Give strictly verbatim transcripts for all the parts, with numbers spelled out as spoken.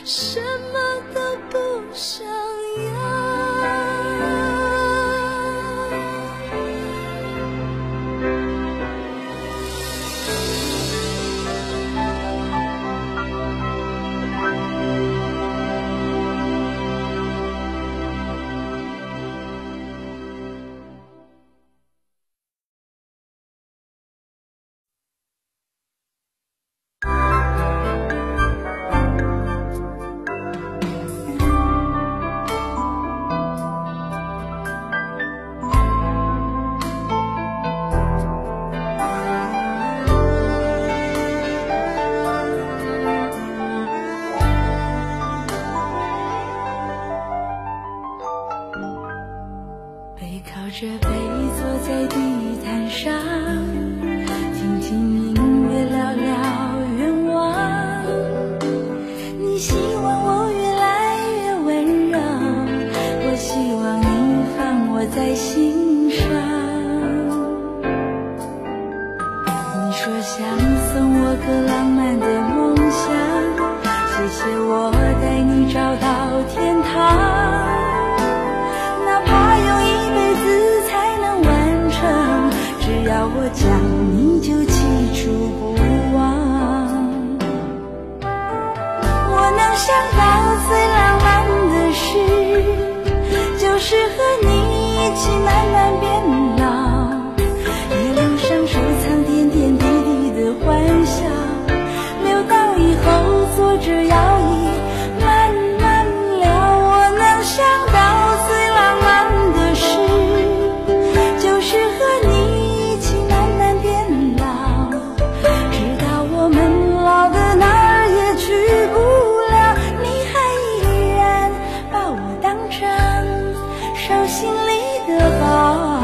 什么都不想要。 着背坐在地毯上，听听音乐，聊聊愿望。你希望我越来越温柔，我希望你放我在心上。你说想送我个浪漫的梦想，谢谢我带你找到天堂。只要我讲，你就记住不忘。我能想到最浪漫的事，就是和你一起慢慢变老，一路上收藏点点滴滴的欢笑，留到以后坐着摇椅慢慢聊。我能想到最浪漫的事，就是和你心里的宝。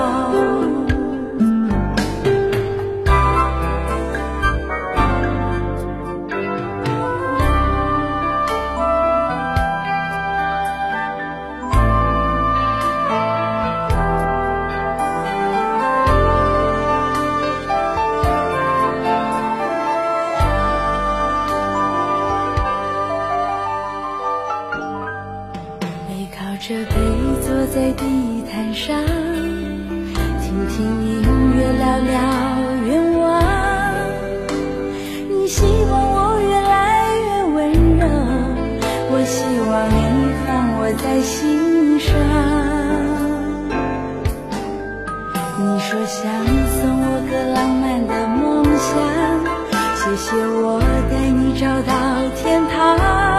背靠着背坐在地毯上，听听音乐，聊聊愿望。你希望我越来越温柔，我希望你放我在心上。你说想送我个浪漫的梦想，谢谢我带你找到天堂。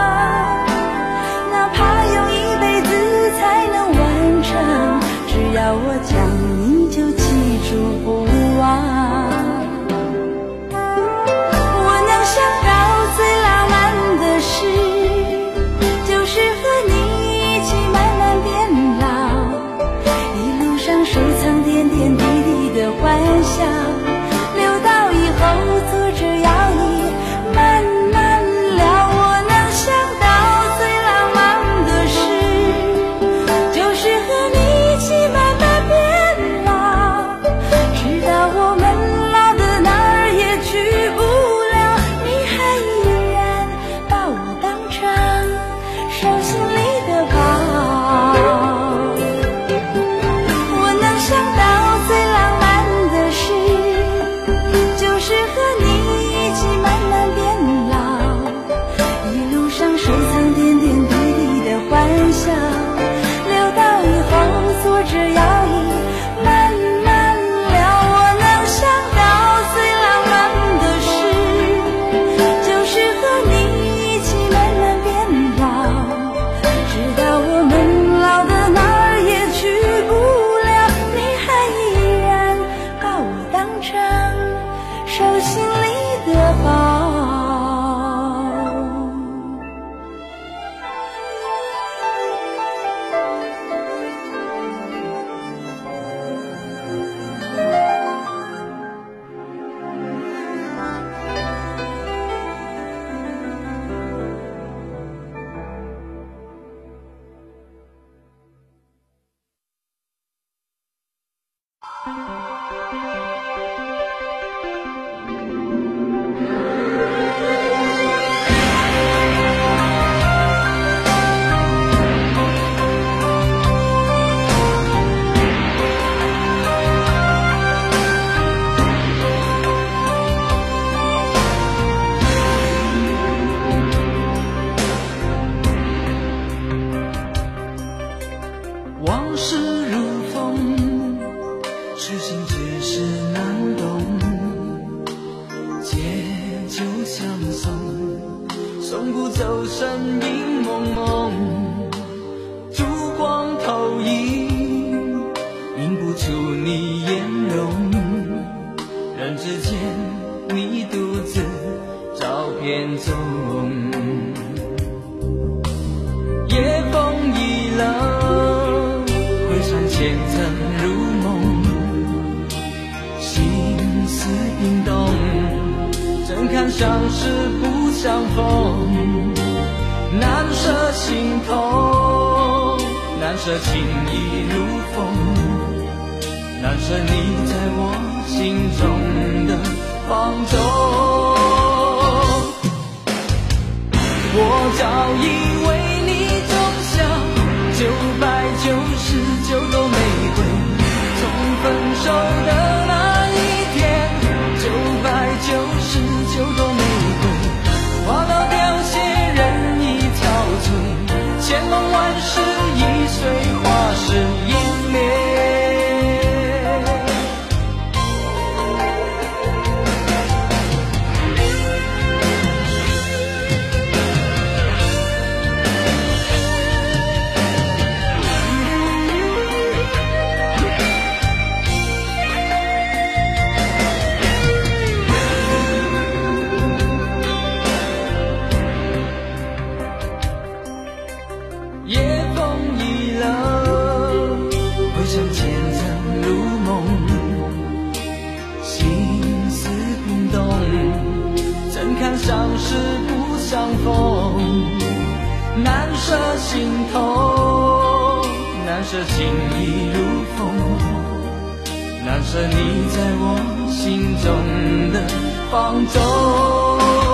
哪怕用一辈子才能完成，只要我讲，你就记住不忘。我能想到最浪漫的事，就是和你一起慢慢变老，一路上收藏点点滴滴的欢笑，留到以后坐着摇椅慢慢聊。我能相送，送不走身影蒙蒙，烛光投影，映不出你颜容，人之间你独自照片中。夜风已冷，回想前曾如梦，心思冰冻，怎堪相识不相逢，难舍心头，难舍情意如风，难舍你在我心中的放纵。我早以为你种下九百九十九朵玫瑰，从分手的那一天，九百九十九朵玫瑰花到凋谢，人已憔悴，千梦万世已随花事湮灭。夜风已冷，回想前曾如梦，心思冰冻，怎堪相识不相逢，难舍心头，难舍情意如风，难舍你在我心中的放纵。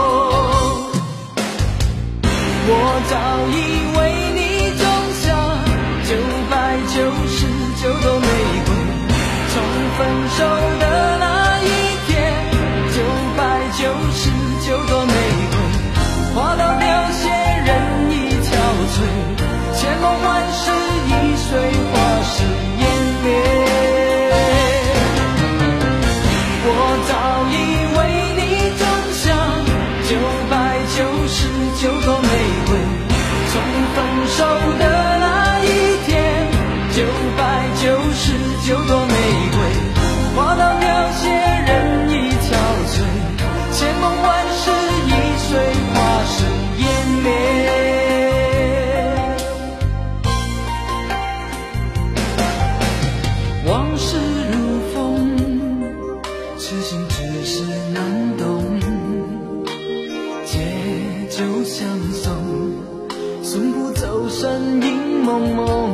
我早以为你种下九百九十九朵玫瑰，从分手的那一天，九百九十九朵玫瑰花到凋谢，人已憔悴，千梦万世已随花事湮灭。我早以为你种下九百九十九朵玫瑰，从分手的那一天，九百九十九朵玫瑰花到凋谢，人已憔悴，千梦万世已随花事湮灭。往事如风，痴心只是难懂，借酒相送，送不走身影蒙蒙，